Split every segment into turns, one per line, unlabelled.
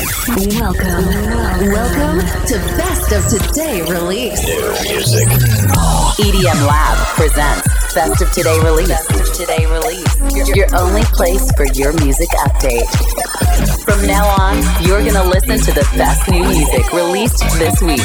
Welcome to Best of Today Release.
New music.
EDM Lab presents Best of Today Release. Best of Today Release. Your only place for your music update. From now on, you're going to listen to the best new music released this week.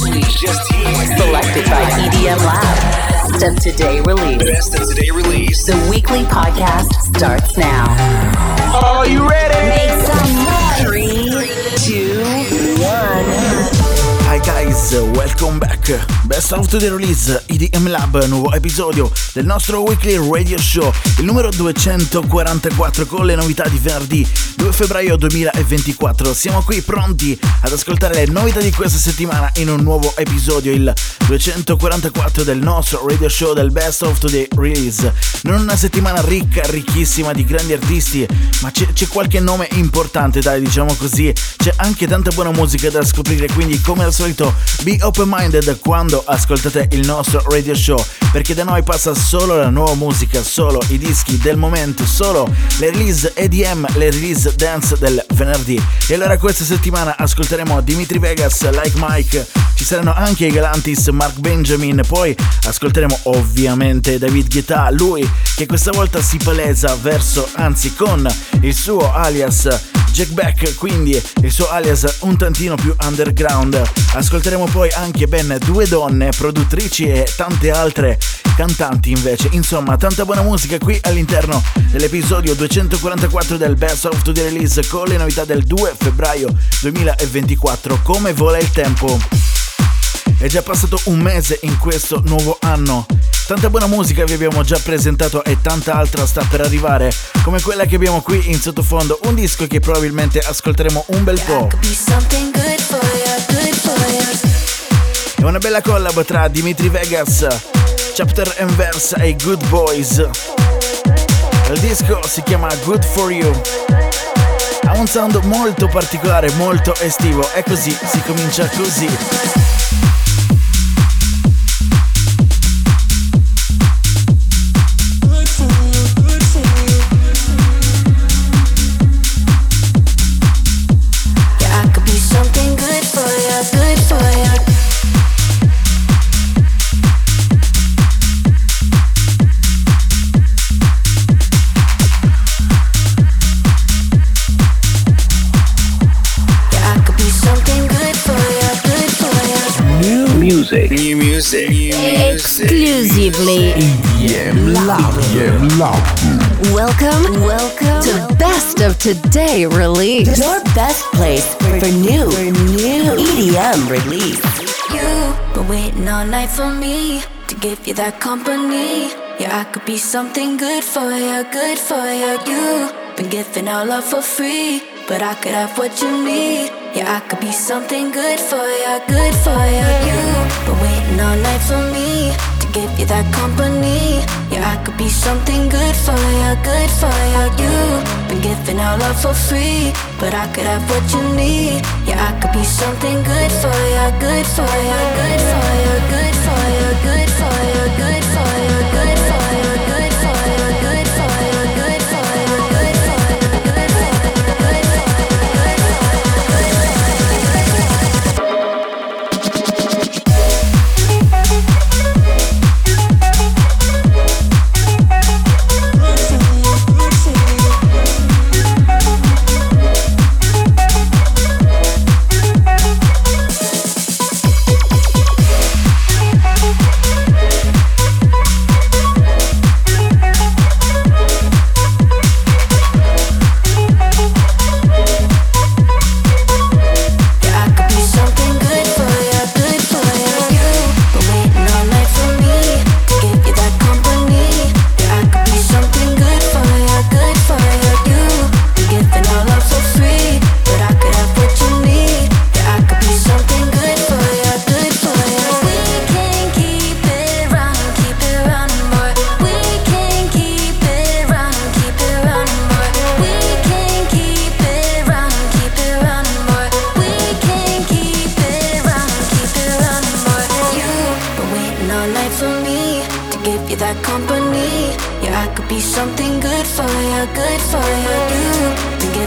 Selected by EDM Lab. Best of Today Release.
Best of Today Release.
The weekly podcast starts now.
Are you ready?
Make some noise. 3, 2, 1.
Hi guys, welcome back. Best of Today Release, EDM Lab, nuovo episodio del nostro weekly radio show, il numero 244 con le novità di venerdì 2 febbraio 2024. Siamo qui pronti ad ascoltare le novità di questa settimana in un nuovo episodio, il 244 del nostro radio show del Best of Today Release. Non una settimana ricca, ricchissima di grandi artisti, ma c'è qualche nome importante, dai, diciamo così. C'è anche tanta buona musica da scoprire, quindi come al solito be open-minded quando ascoltate il nostro radio show, perché da noi passa solo la nuova musica, solo i dischi del momento, solo le release EDM, le release dance del venerdì. E allora questa settimana ascolteremo Dimitri Vegas, Like Mike, ci saranno anche i Galantis, Mark Benjamin, poi ascolteremo ovviamente David Guetta, lui che questa volta si palesa con il suo alias Jack Beck, quindi il suo alias un tantino più underground. Ascolteremo poi anche ben due donne, produttrici e tante altre cantanti invece. Insomma, tanta buona musica qui all'interno dell'episodio 244 del Best of Today Release con le novità del 2 febbraio 2024. Come vola il tempo. È già passato un mese in questo nuovo anno. Tanta buona musica vi abbiamo già presentato e tanta altra sta per arrivare, come quella che abbiamo qui in sottofondo, un disco che probabilmente ascolteremo un bel po'. È una bella collab tra Dimitri Vegas, Chapter and Verse e Good Boys. Il disco si chiama Good For You. Ha un sound molto particolare, molto estivo, e così si comincia così.
New music.
Exclusively
EDM Lab.
Welcome to Best of Today Release. Your best place for new EDM release.
You've been waiting all night for me to give you that company. Yeah, I could be something good for you, good for you. You've been giving out love for free, but I could have what you need. Yeah, I could be something good for you, good for you. You've been waiting all night for me to give you that company. Yeah, I could be something good for you, good for you. You've been giving out love for free, but I could have what you need. Yeah, I could be something good for you, good for you, good for you, good for you, good for you, good for you, good for you, good for you, good for you, good for you, good for you.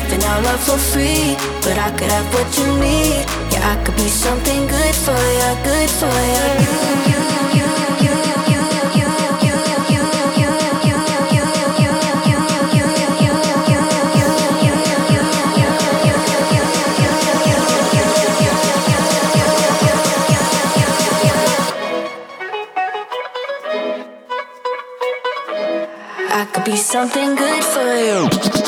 giving out love for free, but I could have what you need. Yeah, I could be something good for you, good for you. I could be something good for you.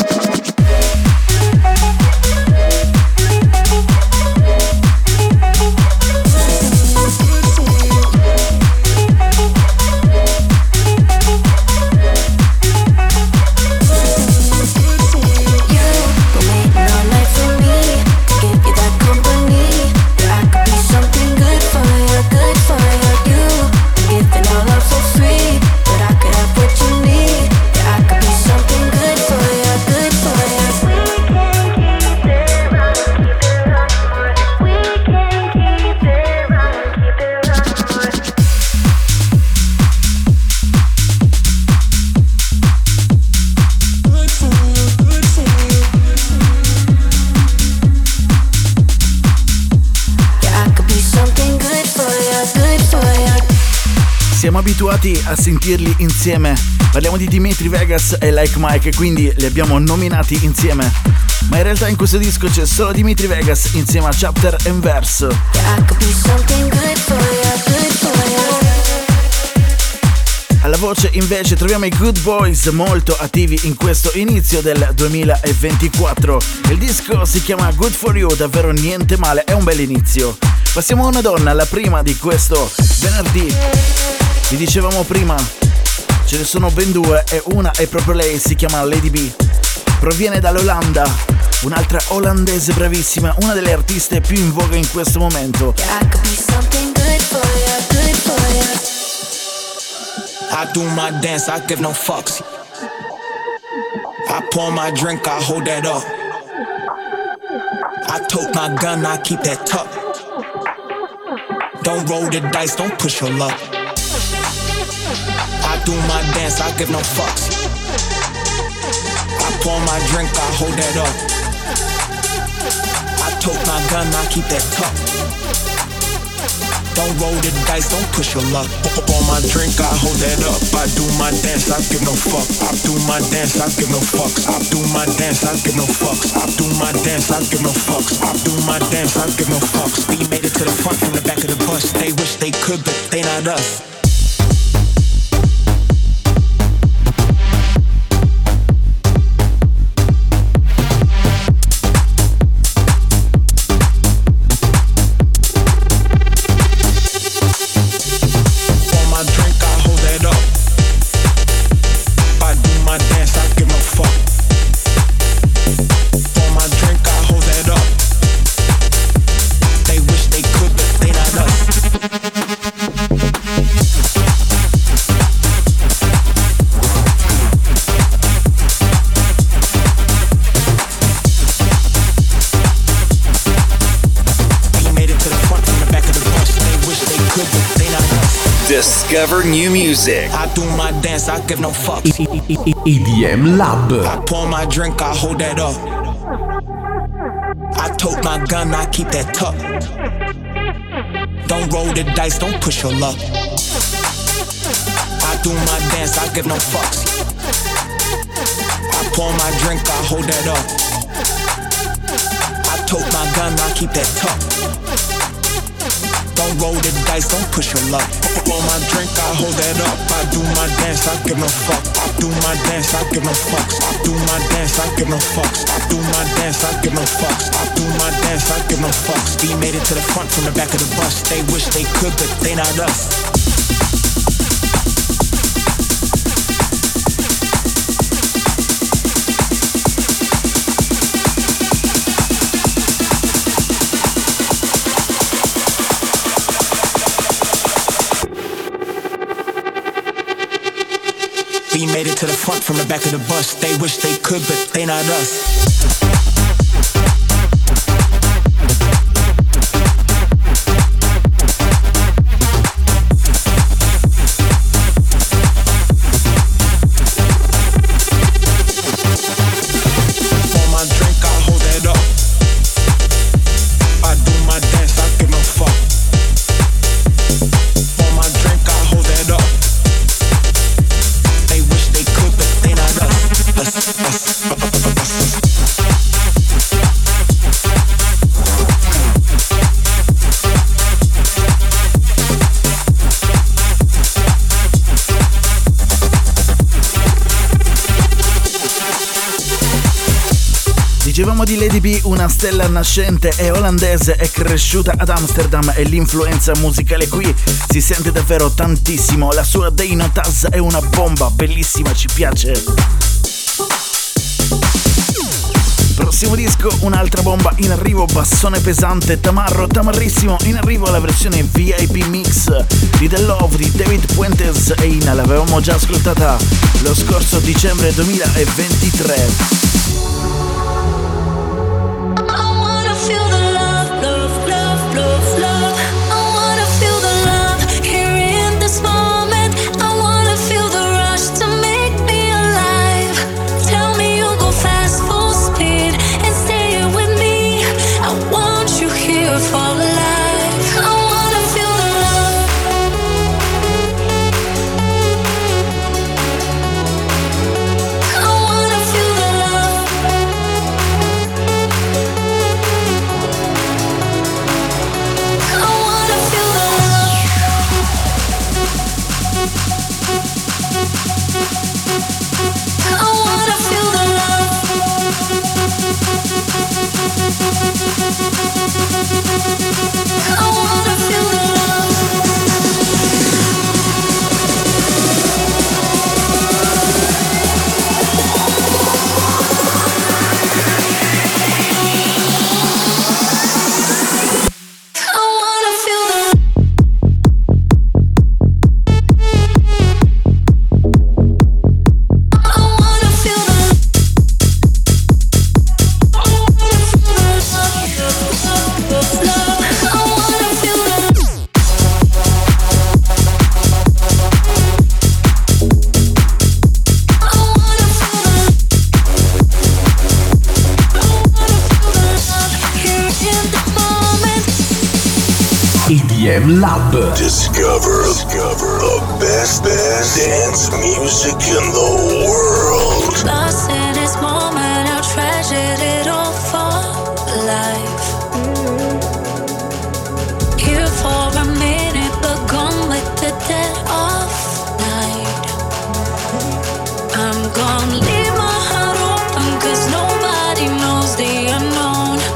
Siamo abituati a sentirli insieme. Parliamo di Dimitri Vegas e Like Mike, e quindi li abbiamo nominati insieme. Ma in realtà in questo disco c'è solo Dimitri Vegas insieme a Chapter and Verse. Alla voce invece troviamo i Good Boys, molto attivi in questo inizio del 2024. Il disco si chiama Good For You, davvero niente male, è un bel inizio. Passiamo a una donna, la prima di questo venerdì. Vi dicevamo prima, ce ne sono ben due e una è proprio lei, si chiama Lady B. Proviene dall'Olanda, un'altra olandese bravissima, una delle artiste più in voga in questo momento.
I do my dance, I give no fucks. I pour my drink, I hold that up. I tote my gun, I keep that tuck. Don't roll the dice, don't push your luck. I do my dance, I give no fucks. I pour my drink, I hold that up. I tote my gun, I keep that tuck. Don't roll the dice, don't push your luck. On my drink, I hold that up. I do my dance, I give no fuck. I do my dance, I give no fucks. I do my dance, I give no fucks. I do my dance, I give no fucks. I do my dance, I give no fucks. We made it to the front from the back of the bus. They wish they could, but they not us.
Discover new music.
I do my dance, I give no fucks.
EDM Lab.
I pour my drink, I hold that up. I tote my gun, I keep that tuck. Don't roll the dice, don't push your luck. I do my dance, I give no fucks. I pour my drink, I hold that up. I tote my gun, I keep that tuck. Don't roll the dice, don't push your luck. On my drink, I hold that up. I do my dance, I give no fuck. I do my dance, I give no fucks. I do my dance, I give no fucks. I do my dance, I give no fucks. I do my dance, I give no fucks. We made it to the front from the back of the bus. They wish they could, but they not us. We made it to the front from the back of the bus. They wish they could, but they not us. On my drink, I
Parliamo di Lady B, una stella nascente, è olandese, è cresciuta ad Amsterdam e l'influenza musicale qui si sente davvero tantissimo. La sua They Not Us è una bomba, bellissima, ci piace. Prossimo disco, un'altra bomba in arrivo, bassone pesante, tamarrissimo, in arrivo la versione VIP mix di The Love di David Puentes e Ina, l'avevamo già ascoltata lo scorso dicembre 2023.
EDM Lab.
Discover the best dance music in the world.
Lost in this moment, I treasured it all for life. Here for a minute, but gone with the dead of night. I'm gonna leave my heart open, 'cause nobody knows the unknown.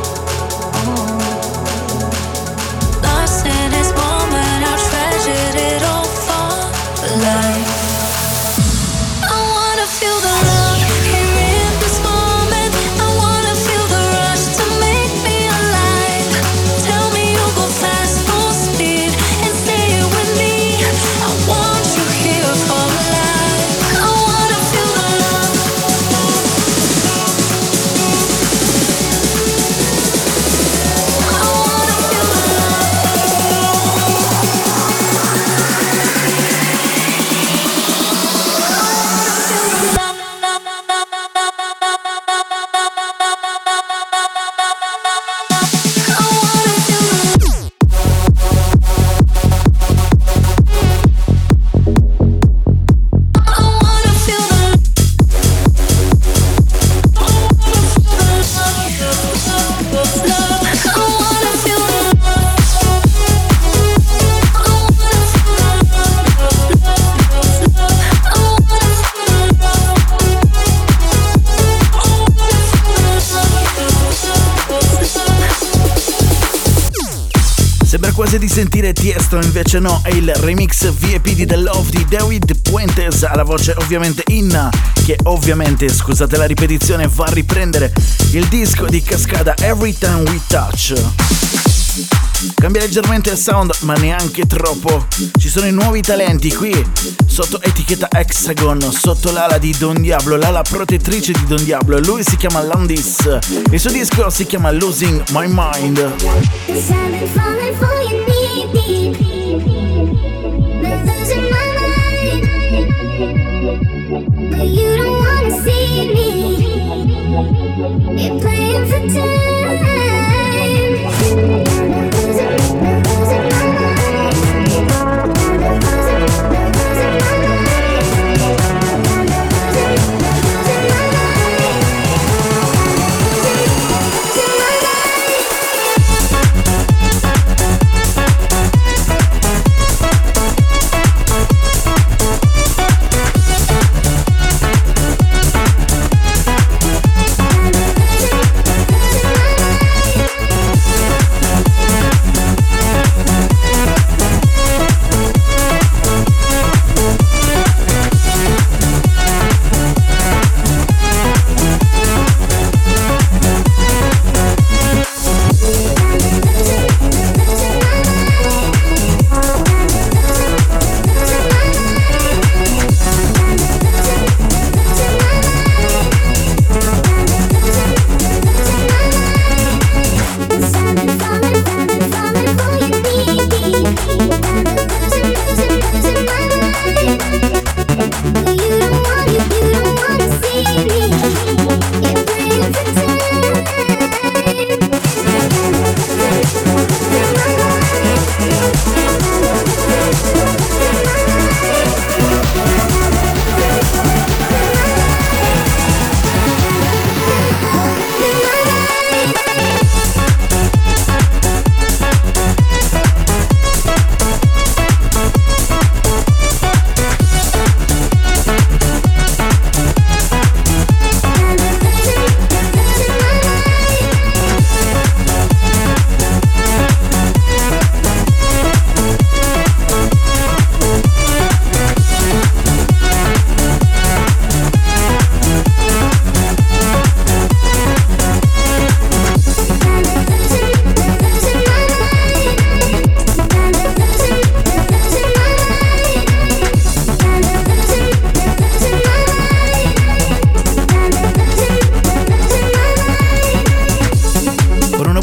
Quasi di sentire Tiesto, invece no, è il remix VIP di The Love di David Puentes, alla voce ovviamente Inna, che ovviamente, scusate la ripetizione, va a riprendere il disco di Cascada Every Time We Touch. Cambia leggermente il sound, ma neanche troppo. Ci sono i nuovi talenti qui, sotto etichetta Hexagon, sotto l'ala di Don Diablo, l'ala protettrice di Don Diablo. Lui si chiama Landis, il suo disco si chiama Losing My Mind.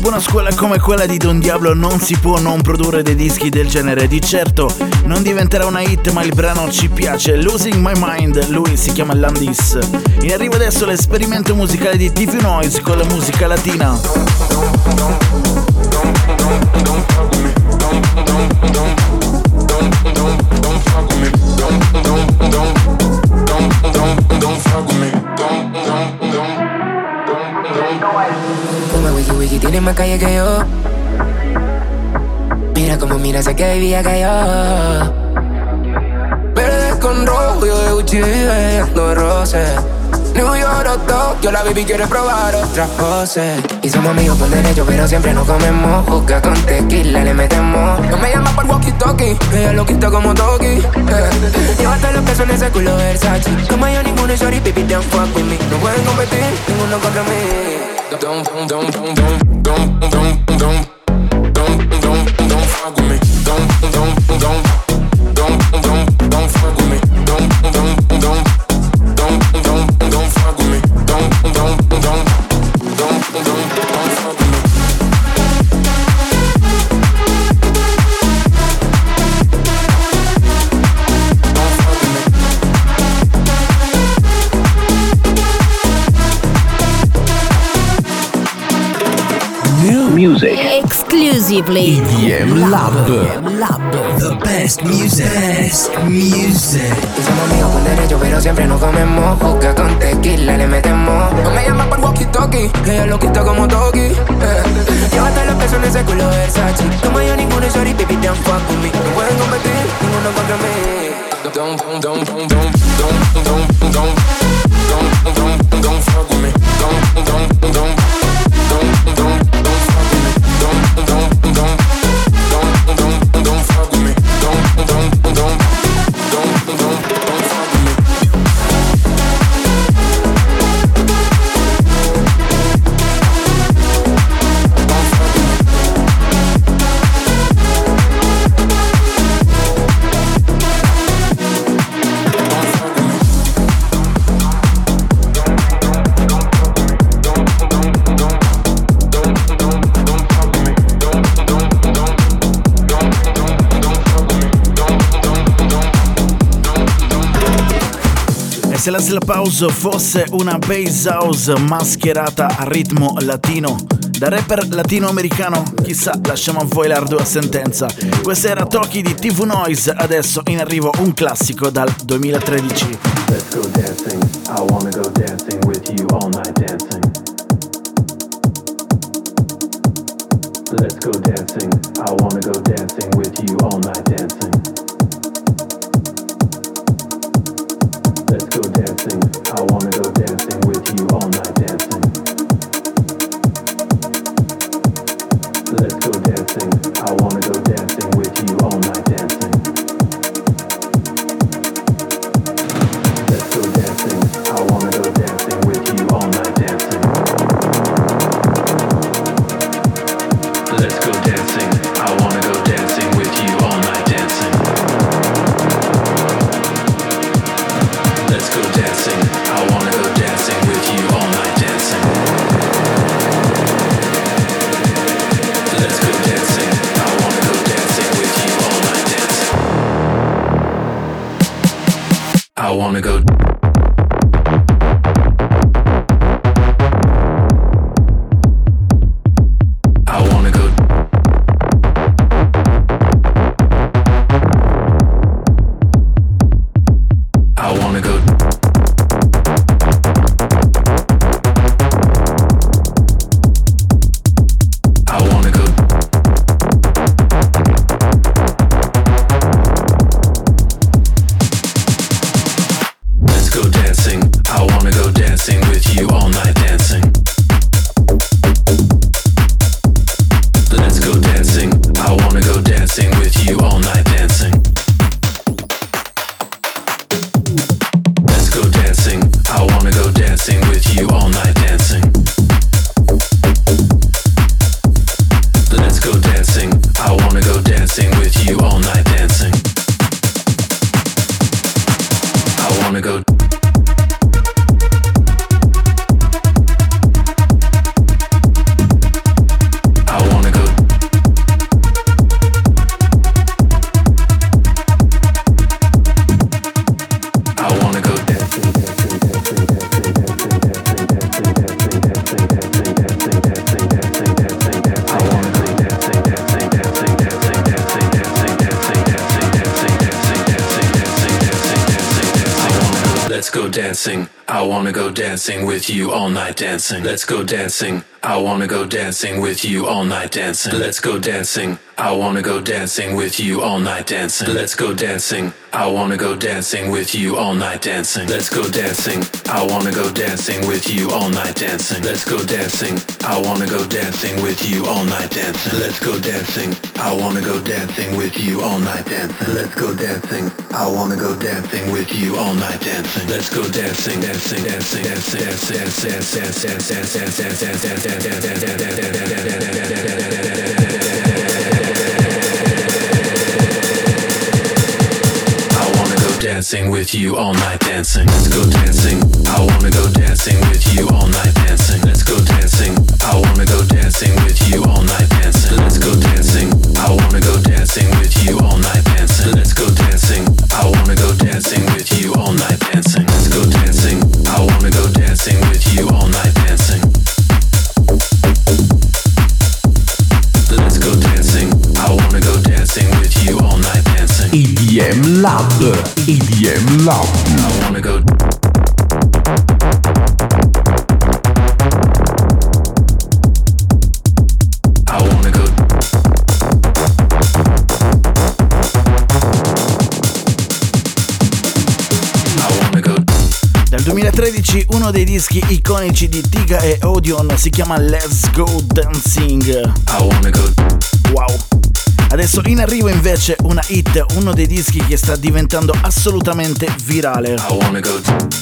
Dopo una scuola come quella di Don Diablo non si può non produrre dei dischi del genere. Di certo non diventerà una hit, ma il brano ci piace. Losing My Mind, lui si chiama Landis. In arrivo adesso l'esperimento musicale di TV Noise con la musica latina.
Como wiki tiene más calle que yo. Mira como mira, sé que vivía que yo. Verde con rojo, yo de Gucci viviendo roce. New York o Tokio, la baby quiere probar otras poses. Y somos amigos por derecho, pero siempre nos comemos. Juca con tequila, le metemos. No me llama por walkie-talkie, ella lo quita como Toki. Llévate los pesos en ese culo Versace. Como yo ninguno, shorty, baby, don't fuck with me. No pueden competir, ninguno contra mí. Don't fuck with me. Don't fuck with me. Don't fuck with me.
Music.
Exclusively
EDM Lab. The best music. Best music.
Y somos amigos por derecho, pero siempre nos comemos. Juca con tequila, le metemos. No me llama por walkie-talkie, ella lo quita como Toki. Llévate los pesos en ese culo Versace. Como yo ninguno, shorty, baby, don't fuck with me. No pueden competir, ninguno contra mí. Don't fuck with me. Don't fuck with me.
Se la Slap House fosse una bass house mascherata a ritmo latino, da rapper latinoamericano, chissà, lasciamo a voi l'ardua sentenza. Questa era Toki di TV Noise, adesso in arrivo un classico dal 2013.
Let's go dancing, I wanna go dancing with you all night dancing. Let's go dancing, I wanna go dancing with you all night dancing. Let's go dancing, I wanna go dancing with you all night dancing. Let's go dancing, I wanna go dancing with you all night dancing. Let's go dancing, I wanna go dancing with you all night dancing. Let's go dancing, I wanna go dancing with you all night dancing. Let's go dancing, I wanna go dancing with you all night dancing. Let's go dancing, I wanna go dancing with you all night dancing. I wanna go. dancing. I wanna go dancing with you all night dancing. Let's go dancing. I wanna go dancing with you all night dancing. Let's go dancing. I wanna go dancing with you all night dancing. Let's go dancing. I wanna go dancing with you all night dancing. Let's go dancing. I wanna go dancing with you all night dancing. Let's go dancing. I wanna go dancing with you all night dancing. Let's go dancing. I wanna go dancing with you all night dancing. Let's go dancing. I wanna go dancing with you all night dancing. Let's go dancing, dancing, dancing, dancing, dancing, dancing, dancing with you all night dancing. Let's go dancing. I wanna go dancing with you all night dancing. Let's go dancing. I wanna go dancing with you all night dancing. Let's go dancing. I wanna go dancing with you all night dancing. Let's go dancing. I wanna go dancing with you all night dancing. Let's go dancing. I wanna go dancing with you all night dancing. Let's go dancing. I wanna go dancing with you all night dancing.
EDM Lab. EDM Lab.
I wanna go. I wanna go. I wanna go.
Dal 2013 uno dei dischi iconici di Tiga e Odeon si chiama Let's Go Dancing.
I wanna go.
Wow. Adesso in arrivo invece una hit, uno dei dischi che sta diventando assolutamente virale.
I wanna go.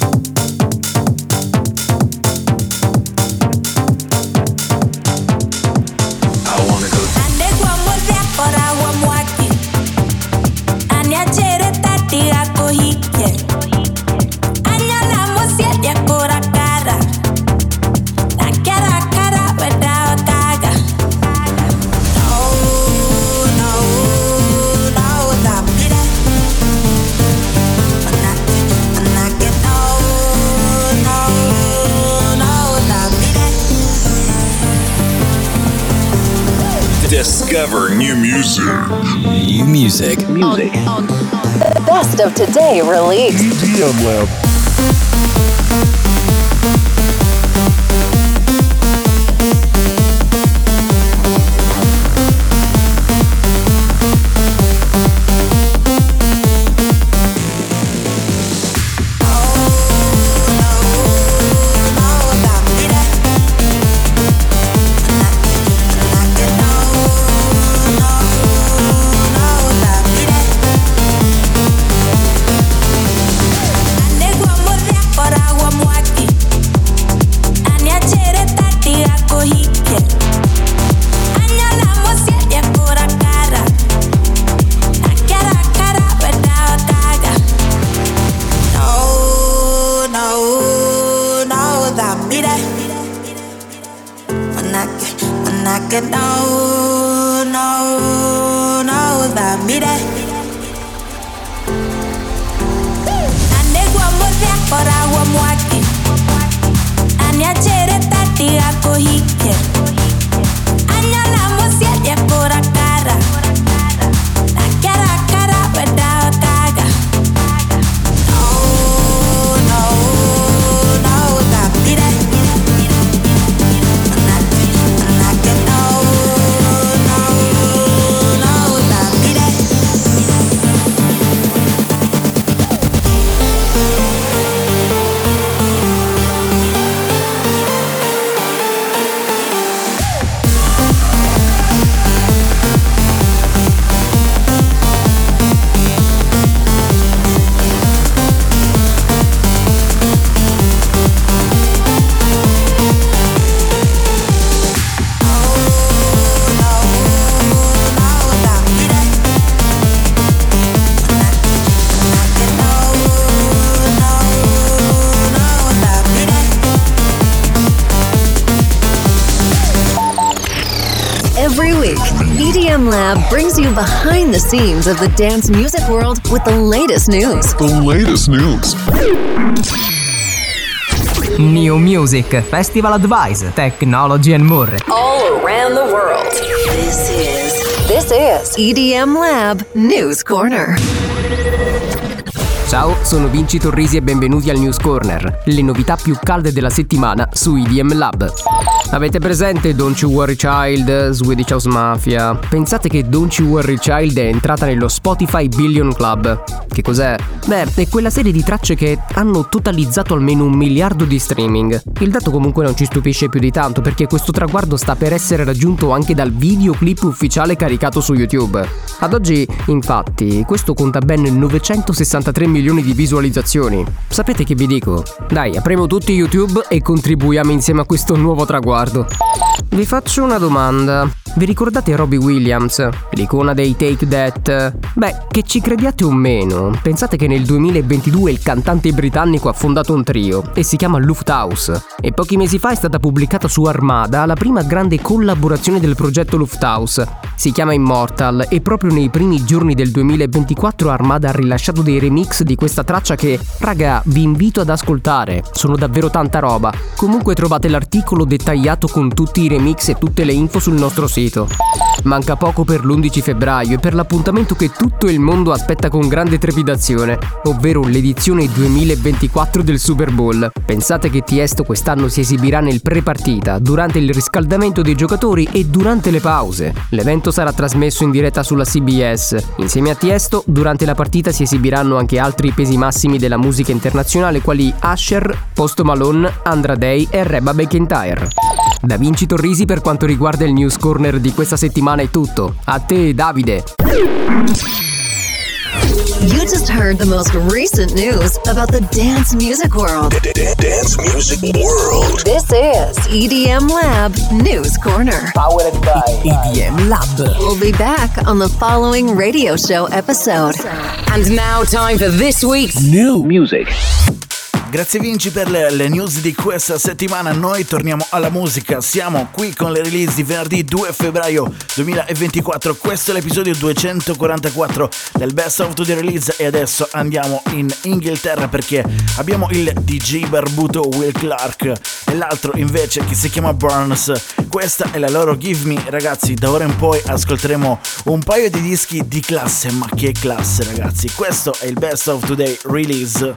Discover new music.
New music.
Music. Best of today release.
EDM Lab.
EDM Lab brings you behind the scenes of the dance music world with the latest news.
The latest news.
New Music, Festival Advice, Technology and more.
All around the world. This is EDM Lab News Corner.
Ciao, sono Vinci Torrisi e benvenuti al News Corner, le novità più calde della settimana su EDM Lab. Avete presente Don't You Worry Child, Swedish House Mafia? Pensate che Don't You Worry Child è entrata nello Spotify Billion Club. Che cos'è? Beh, è quella serie di tracce che hanno totalizzato almeno 1 miliardo di streaming. Il dato comunque non ci stupisce più di tanto perché questo traguardo sta per essere raggiunto anche dal videoclip ufficiale caricato su YouTube. Ad oggi, infatti, questo conta ben 963 milioni di visualizzazioni. Sapete che vi dico? Dai, apriamo tutti YouTube e contribuiamo insieme a questo nuovo traguardo. Vi faccio una domanda. Vi ricordate Robbie Williams, l'icona dei Take That? Beh, che ci crediate o meno, pensate che nel 2022 il cantante britannico ha fondato un trio e si chiama Lufthouse. E pochi mesi fa è stata pubblicata su Armada la prima grande collaborazione del progetto Lufthouse. Si chiama Immortal e proprio nei primi giorni del 2024 Armada ha rilasciato dei remix di questa traccia che, raga, vi invito ad ascoltare. Sono davvero tanta roba. Comunque trovate l'articolo dettagliato con tutti i remix e tutte le info sul nostro sito. Manca poco per l'11 febbraio e per l'appuntamento che tutto il mondo aspetta con grande trepidazione, ovvero l'edizione 2024 del Super Bowl. Pensate che Tiesto quest'anno si esibirà nel pre-partita, durante il riscaldamento dei giocatori e durante le pause. L'evento sarà trasmesso in diretta sulla CBS. Insieme a Tiesto, durante la partita si esibiranno anche altri pesi massimi della musica internazionale quali Usher, Post Malone, Andra Day e Reba McEntire. Da Vinci Torrisi per quanto riguarda il News Corner di questa settimana è tutto. A te, Davide.
You just heard the most recent news about the dance music world.
Dance music world.
This is EDM Lab News Corner.
Powered by
EDM Lab.
We'll be back on the following radio show episode.
And now time for this week's
New music.
Grazie Vinci per le news di questa settimana. Noi torniamo alla musica, siamo qui con le release di venerdì 2 febbraio 2024. Questo è l'episodio 244 del Best of the Release e adesso andiamo in Inghilterra perché abbiamo il DJ barbuto Will Clark e l'altro invece che si chiama Burns. Questa è la loro Give Me. Ragazzi, da ora in poi ascolteremo un paio di dischi di classe, ma che classe ragazzi. Questo è il Best of Today Release.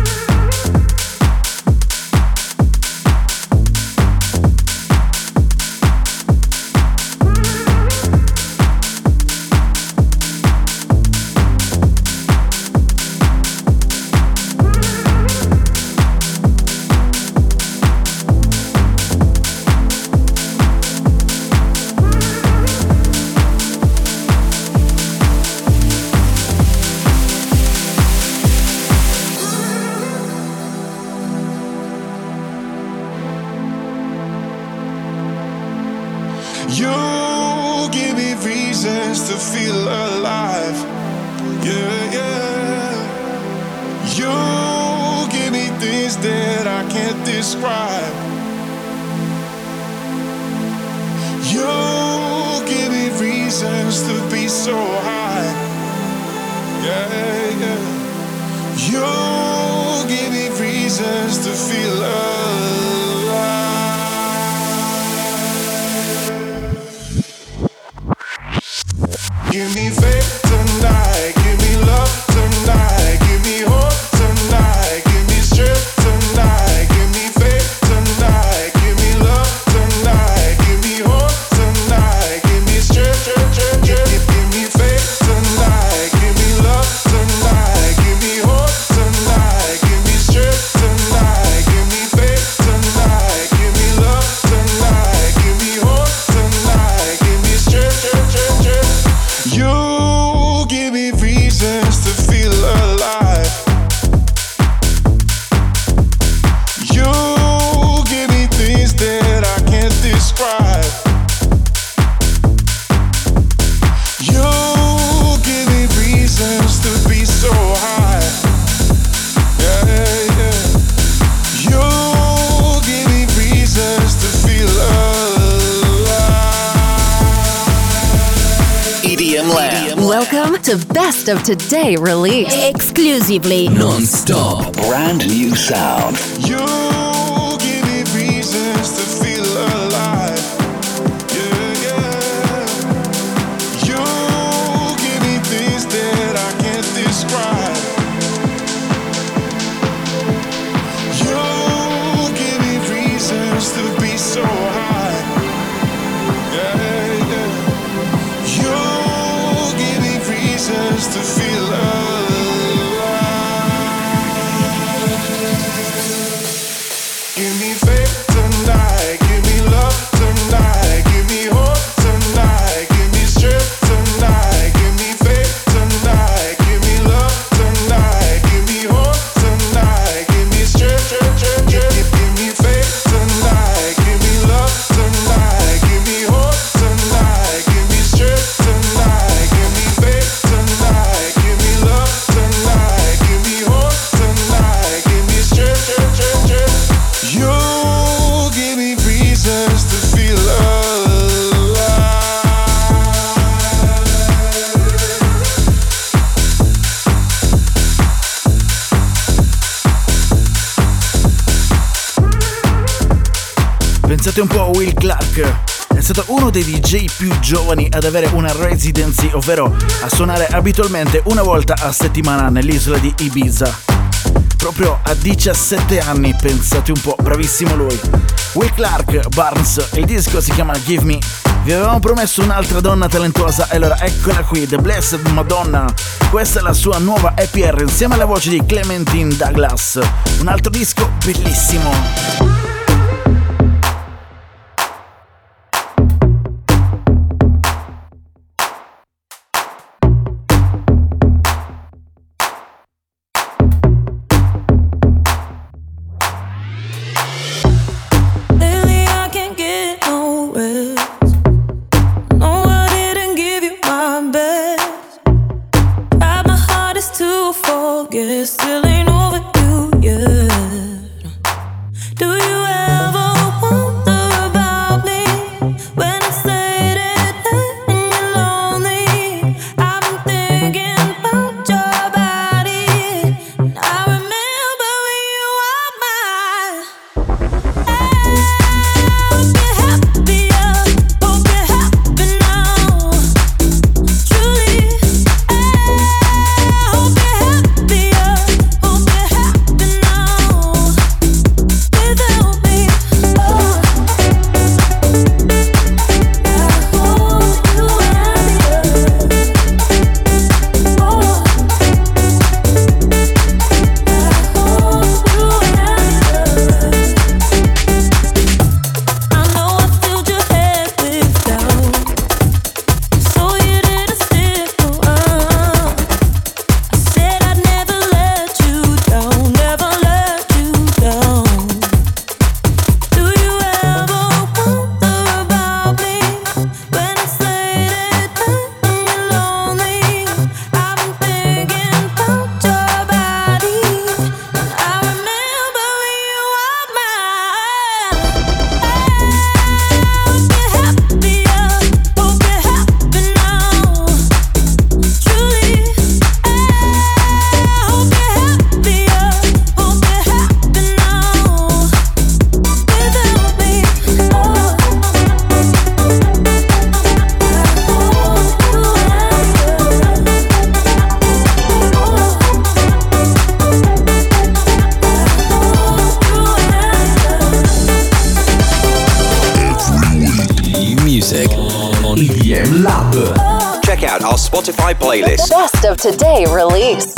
You give me reasons to feel alive. Yeah, yeah. You give me things that I can't describe. You give me reasons to be so high. Yeah, yeah. You give me reasons to feel alive. Give me faith tonight, give me love tonight, give me hope tonight, give me strength tonight, give me faith tonight, give me love tonight, give me hope tonight, give me strength, give me faith tonight, give me love tonight, give me hope tonight, give me strength tonight, give me faith tonight, give me love tonight, give me hope tonight, give me strength. You give me reasons to feel alive. You give me things that I can't describe. You give me reasons to be so high. Yeah, yeah. You give me reasons to feel alive.
EDM Lab.
Welcome to Best of Today Release.
exclusively
Non-stop. Brand new sound.
You give me reasons to feel alive. Yeah, yeah. You give me things that I can't describe.
Pensate un po', Will Clark è stato uno dei DJ più giovani ad avere una residency, ovvero a suonare abitualmente una volta a settimana nell'isola di Ibiza. Proprio a 17 anni, pensate un po', bravissimo lui. Will Clark, Barnes, il disco si chiama Give Me. Vi avevamo promesso un'altra donna talentuosa e allora eccola qui, The Blessed Madonna. Questa è la sua nuova EPR insieme alla voce di Clementine Douglas. Un altro disco bellissimo.
Still ain't over you yet. Do you ever wonder about me when it's late at night and you're lonely? I've been thinking about your body, and I remember when you were mine. Hope you're happier, hope you're happy now. Truly, hope you're happier.
EDM Lab.
Check out our Spotify playlist.
Best of Today release.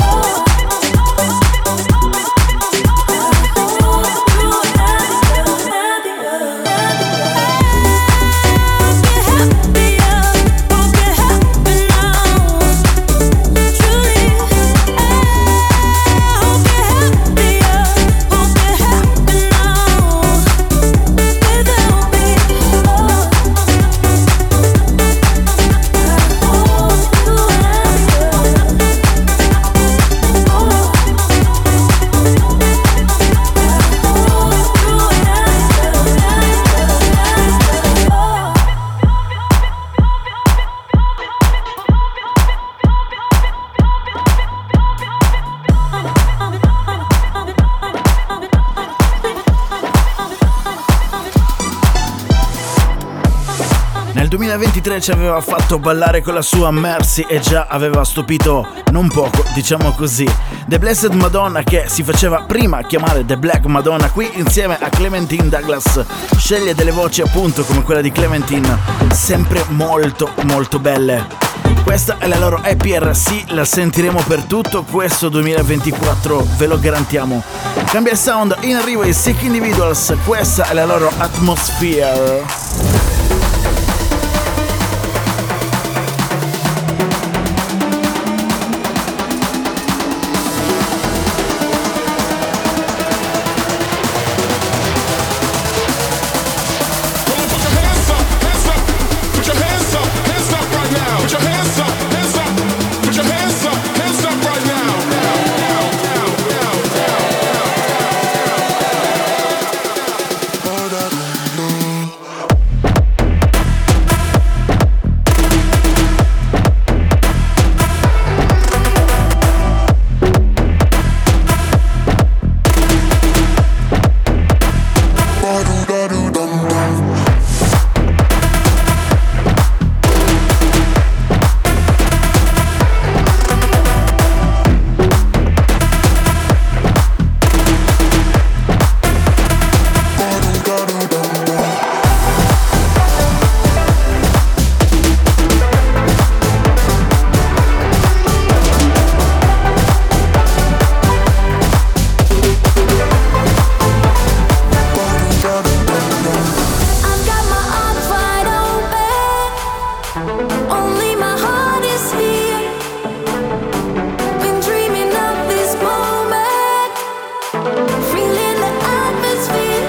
Nel 2023 ci aveva fatto ballare con la sua Mercy e già aveva stupito non poco, diciamo così. The Blessed Madonna, che si faceva prima chiamare The Black Madonna, qui insieme a Clementine Douglas sceglie delle voci appunto come quella di Clementine, sempre molto molto belle. Questa è la loro EPR, sì, la sentiremo per tutto questo 2024, ve lo garantiamo. Cambia il sound, in arrivo i Sick Individuals, questa è la loro Atmosphere.
Only my heart is here. Been dreaming of this moment, feeling the atmosphere.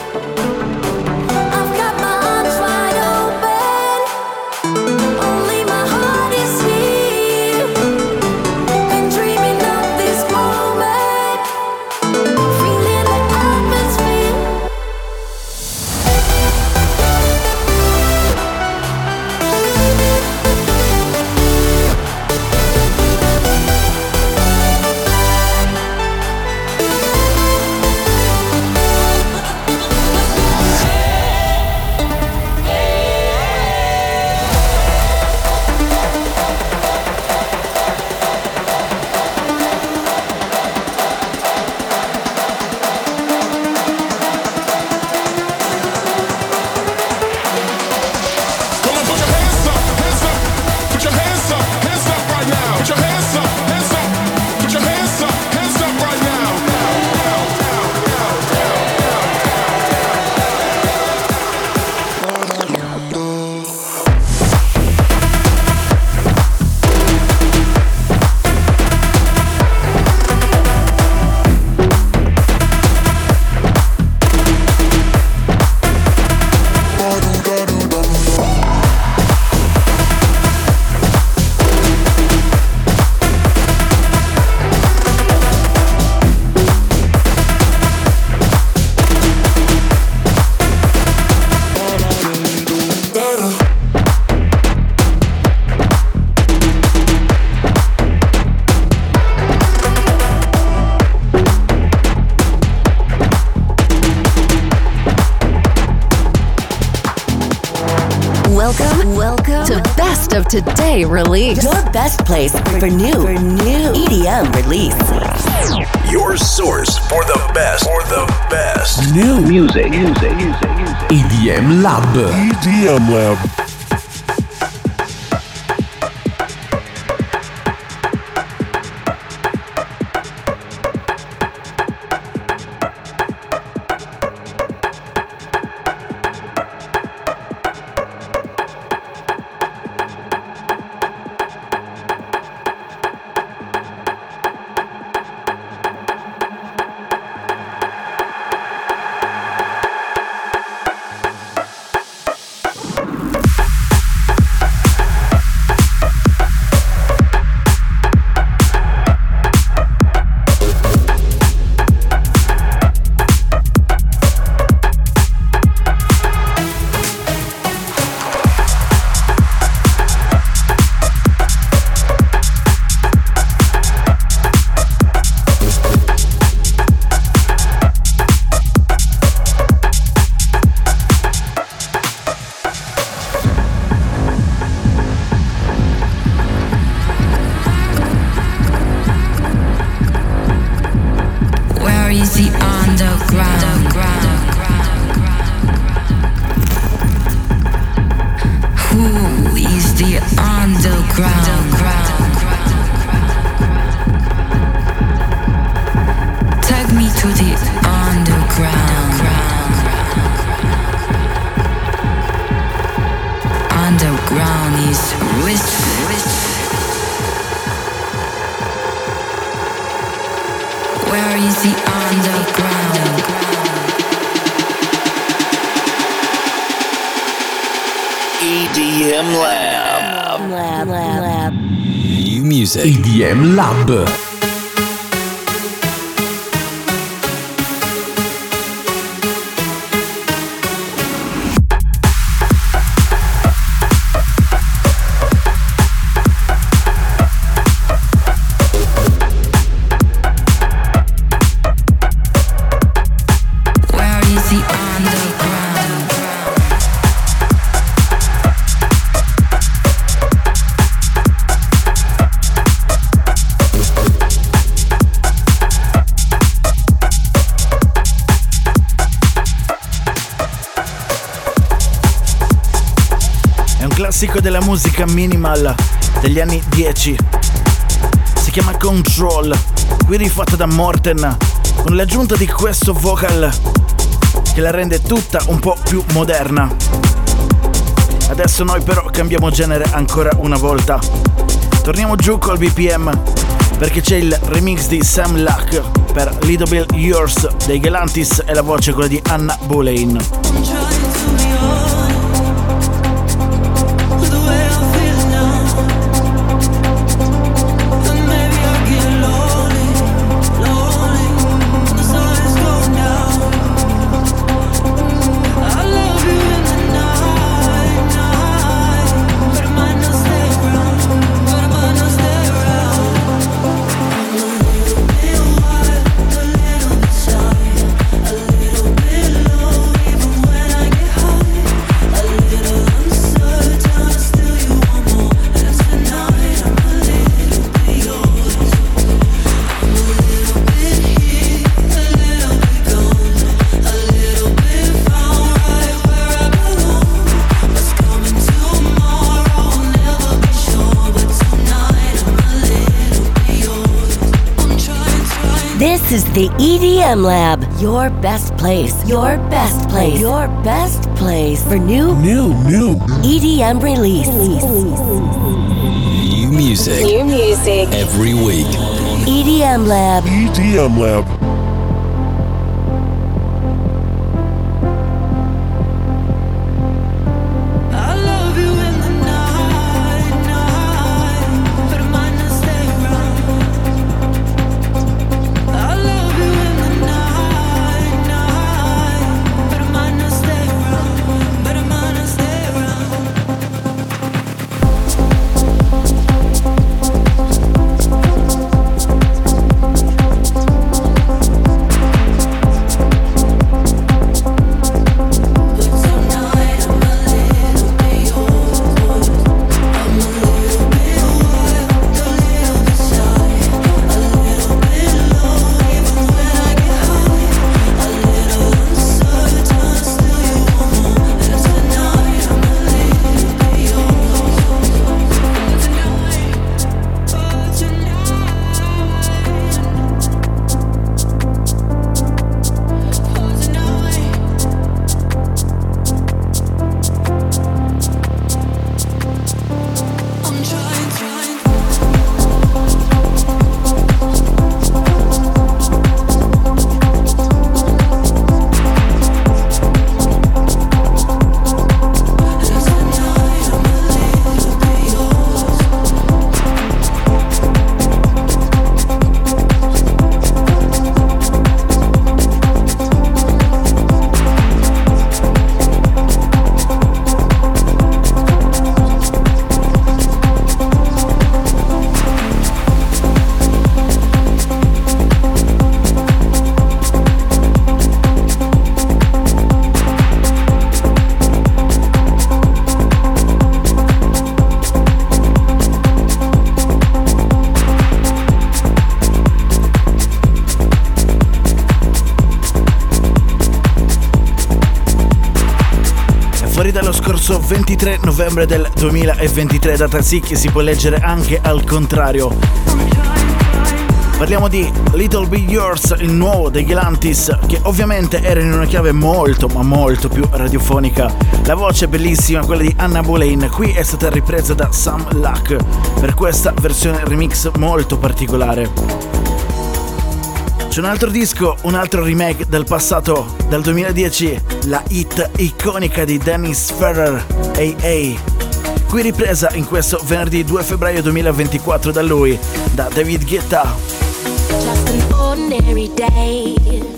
I've got my arms wide open. Only my heart is here. Been dreaming of this moment, feeling the atmosphere.
Welcome to Best of Today Release.
Your best place for new EDM release.
Your source for the best.
New music. EDM Lab.
EDM Lab.
EDM Lab. New music. EDM Lab.
Classico della musica minimal degli anni 10, si chiama Control, qui rifatto da Morten con l'aggiunta di questo vocal che la rende tutta un po' più moderna. Adesso noi però cambiamo genere ancora una volta. Torniamo giù col BPM perché c'è il remix di Sam Luck per Little Bit Yours dei Galantis e la voce è quella di Anna Boleyn.
This is the EDM Lab, your best place, your best place, your best place for new EDM release.
New music every week.
EDM Lab.
EDM Lab.
Dallo scorso 23 novembre del 2023, data sì che si può leggere anche al contrario. Parliamo di Little Bit Yours, il nuovo dei Galantis, che ovviamente era in una chiave molto ma molto più radiofonica. La voce è bellissima, quella di Anna Boleyn, qui è stata ripresa da Sam Luck per questa versione remix molto particolare. C'è un altro disco, un altro remake del passato, dal 2010, la hit iconica di Dennis Ferrer, AA. Qui ripresa in questo venerdì 2 febbraio 2024 da lui, da David Guetta.
Just an ordinary day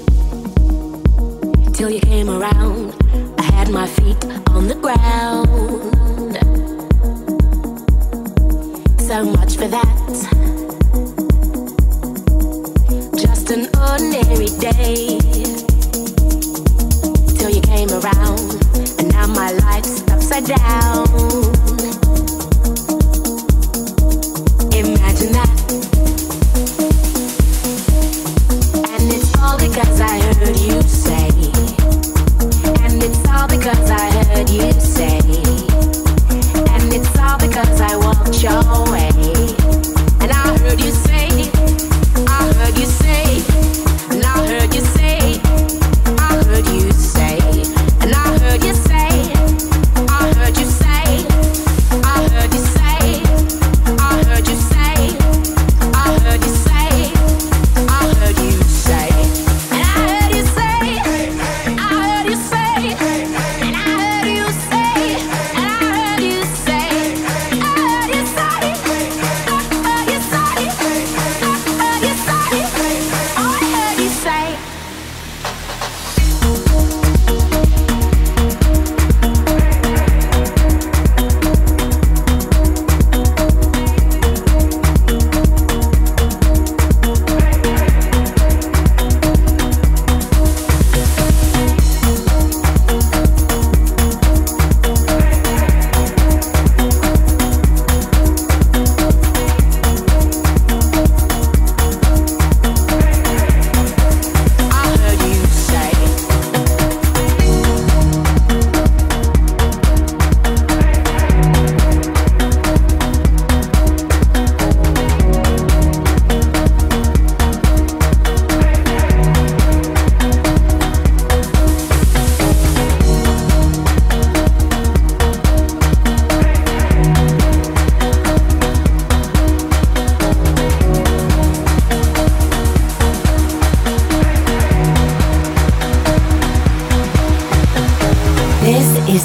till you came around. I had my feet on the ground. So much for that. An ordinary day till you came around, and now my life's upside down. Imagine that. And it's all because I heard you say. And it's all because I heard you say. And it's all because I walked your way. And I heard you say, I heard you say, and I heard you say, I heard you say, and I heard you say, I heard you say.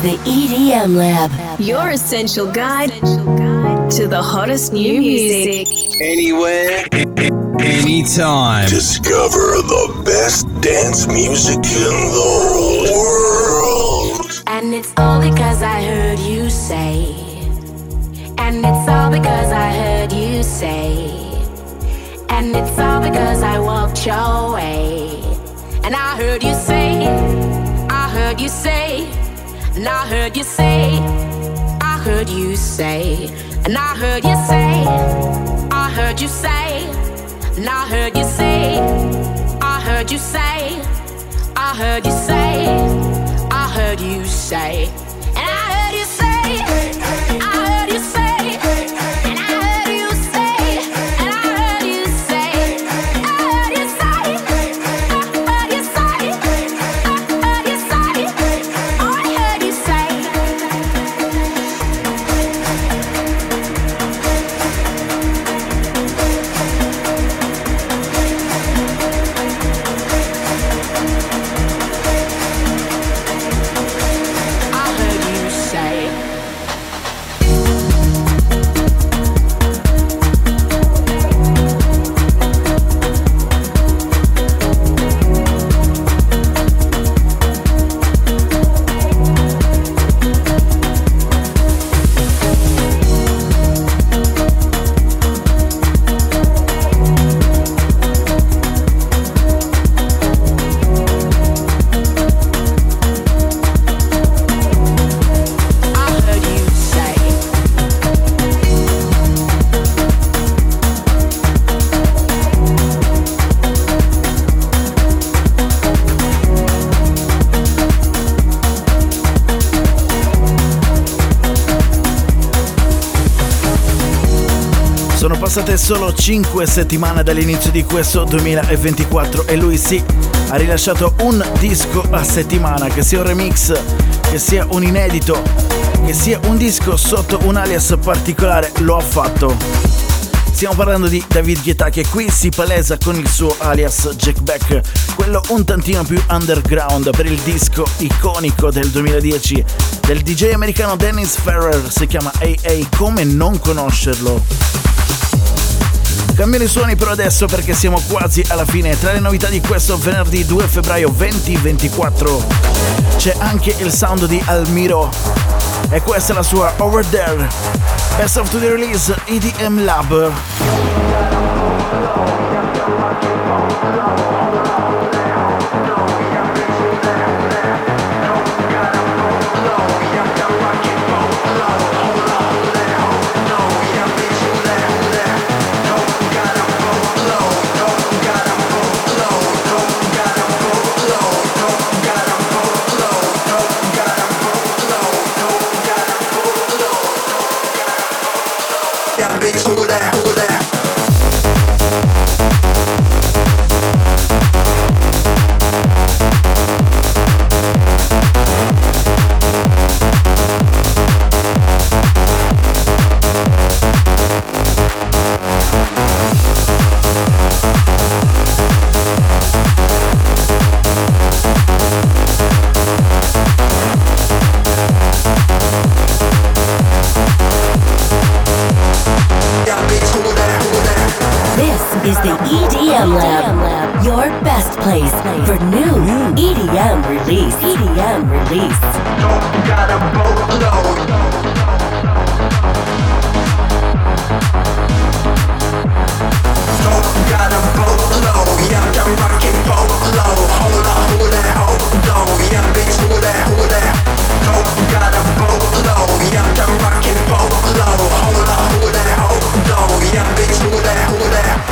the EDM Lab,
your essential guide to the hottest new music.
Anywhere, anytime.
Discover the best dance music in the world.
And it's all because I heard you say. And it's all because I heard you say. And it's all because I walked your way. And I heard you say, I heard you say, and I heard you say, I heard you say, and I heard you say, I heard you say, and I heard you say, I heard you say, I heard you say, I heard you say, and I heard you say, I heard you say.
Sono passate solo 5 settimane dall'inizio di questo 2024 e lui sì, ha rilasciato un disco a settimana, che sia un remix, che sia un inedito, che sia un disco sotto un alias particolare, lo ha fatto. Stiamo parlando di David Guetta, che qui si palesa con il suo alias Jack Beck, quello un tantino più underground per il disco iconico del 2010 del DJ americano Dennis Ferrer, si chiama AA, come non conoscerlo. Cambiano i suoni però adesso, perché siamo quasi alla fine. Tra le novità di questo venerdì 2 febbraio 2024 c'è anche il sound di Almiro e questa è la sua Over There, Best of the Release EDM Lab.
is the EDM Lab, your best place for new EDM release. EDM release. Don't gotta go low. Don't gotta go low. Yeah, I'm rocking low. Hold on, hold that, hold low. Yeah, bitch, hold that. Don't gotta go low. Yeah, I'm rocking low. Hold on, hold that, hold low. Yeah, bitch, hold that.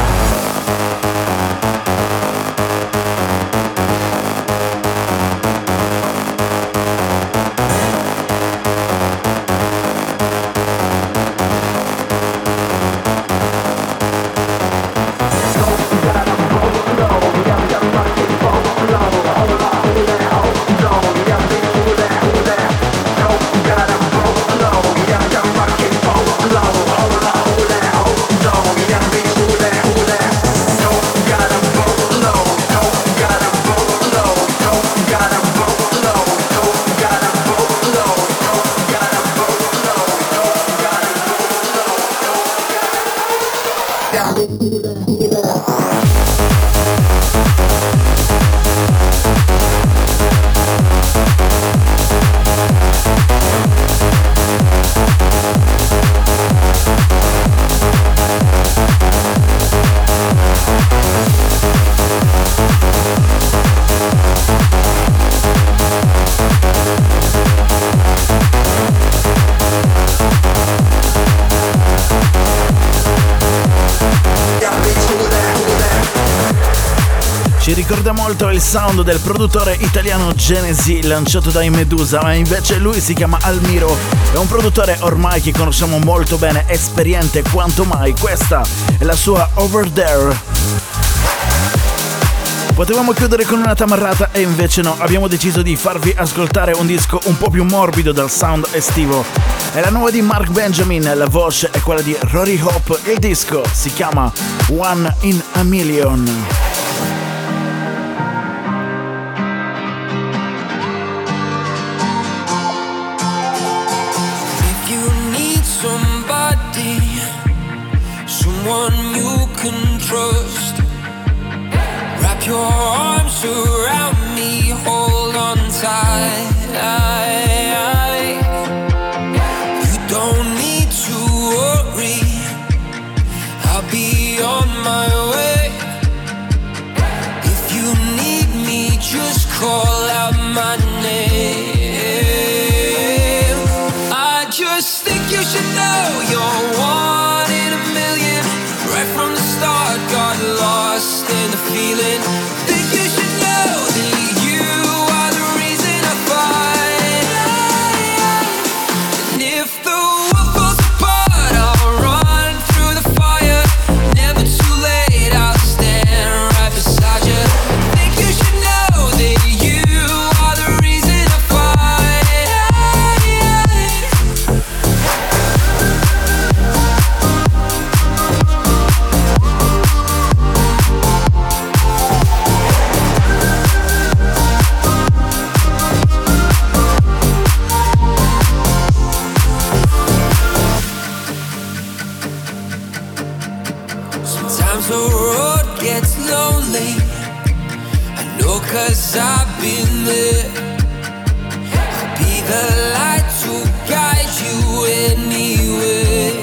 Ci ricorda molto il sound del produttore italiano Genesi lanciato dai Medusa, ma invece lui si chiama Almiro, è un produttore ormai che conosciamo molto bene, esperiente quanto mai. Questa è la sua Over There. Potevamo chiudere con una tamarrata e invece no, abbiamo deciso di farvi ascoltare un disco un po' più morbido dal sound estivo. È la nuova di Mark Benjamin, la voce è quella di Rory Hope, il disco si chiama One in a Million.
Someone you can trust. Wrap your arms around me, hold on tight. You don't need to worry, I'll be on my way. If you need me, just call out my name. I just think you should know you're one in a million. Right from the start, got lost in the feeling. Think you should know that you are the reason I fight. And if the world falls apart, I'll run through the fire. Never too late, I'll stand right beside you. Think you should know that you are the reason I fight. Sometimes the road gets lonely, I know 'cause I've been there. I'll be the light to guide you anywhere.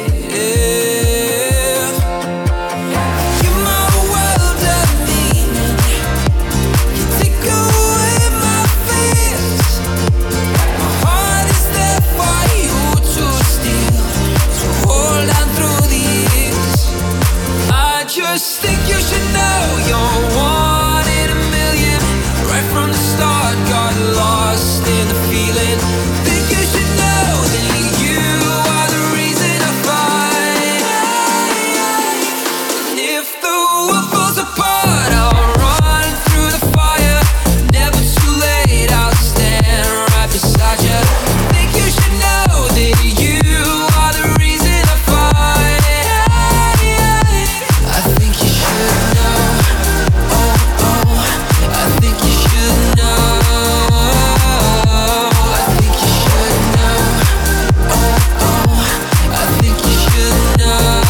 You're my world of meaning, you take away my fears. My heart is there for you to steal, so hold on through the years. I just think you should know you're one in a million. Right from the start, got lost in the feeling. Think you should know that you are the reason I fight. And if the world falls apart, I'll run through the fire. Never too late, I'll stand right beside you. Think you should know that you are the reason I fight. I think you should know. Oh, oh, I think you should know. I think you should know. Oh, oh, I think you should know.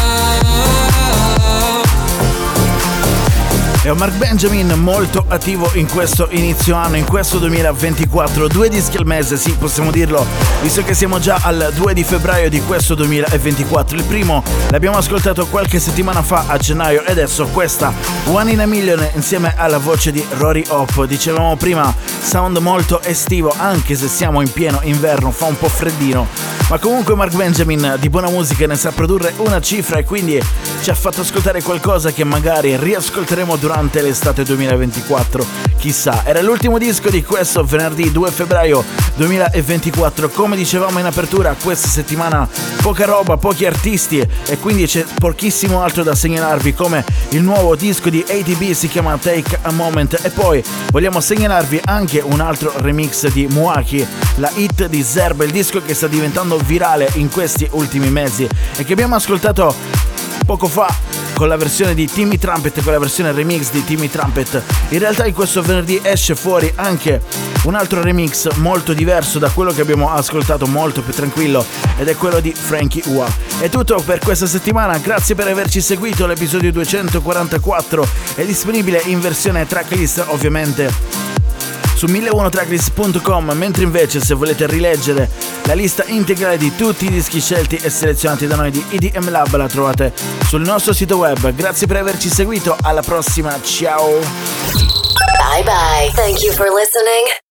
È un Mark Benjamin molto attivo in questo inizio anno, in questo 2024, 2 dischi al mese, sì, possiamo dirlo, visto che siamo già al 2 di febbraio di questo 2024. Il primo l'abbiamo ascoltato qualche settimana fa a gennaio e adesso questa One in a Million insieme alla voce di Rory Hope. Dicevamo prima, sound molto estivo, anche se siamo in pieno inverno, fa un po' freddino, ma comunque Mark Benjamin di buona musica ne sa produrre una cifra e quindi ci ha fatto ascoltare qualcosa che magari riascolteremo durante l'estate 2024, chissà. Era l'ultimo disco di questo venerdì 2 febbraio 2024. Come dicevamo in apertura, questa settimana poca roba, pochi artisti e quindi c'è pochissimo altro da segnalarvi, come il nuovo disco di ATB, si chiama Take a Moment, e poi vogliamo segnalarvi anche un altro remix di Muaki, la hit di Zerbe, il disco che sta diventando virale in questi ultimi mesi e che abbiamo ascoltato poco fa con la versione di Timmy Trumpet, con la versione remix di Timmy Trumpet. In realtà in questo venerdì esce fuori anche un altro remix molto diverso da quello che abbiamo ascoltato, molto più tranquillo, ed è quello di Frankie Wah. È tutto per questa settimana, grazie per averci seguito. L'episodio 244 è disponibile in versione tracklist ovviamente su 1001tracklist.com, mentre invece se volete rileggere la lista integrale di tutti i dischi scelti e selezionati da noi di EDM Lab la trovate sul nostro sito web. Grazie per averci seguito, alla prossima, ciao!
Bye bye. Thank you for listening.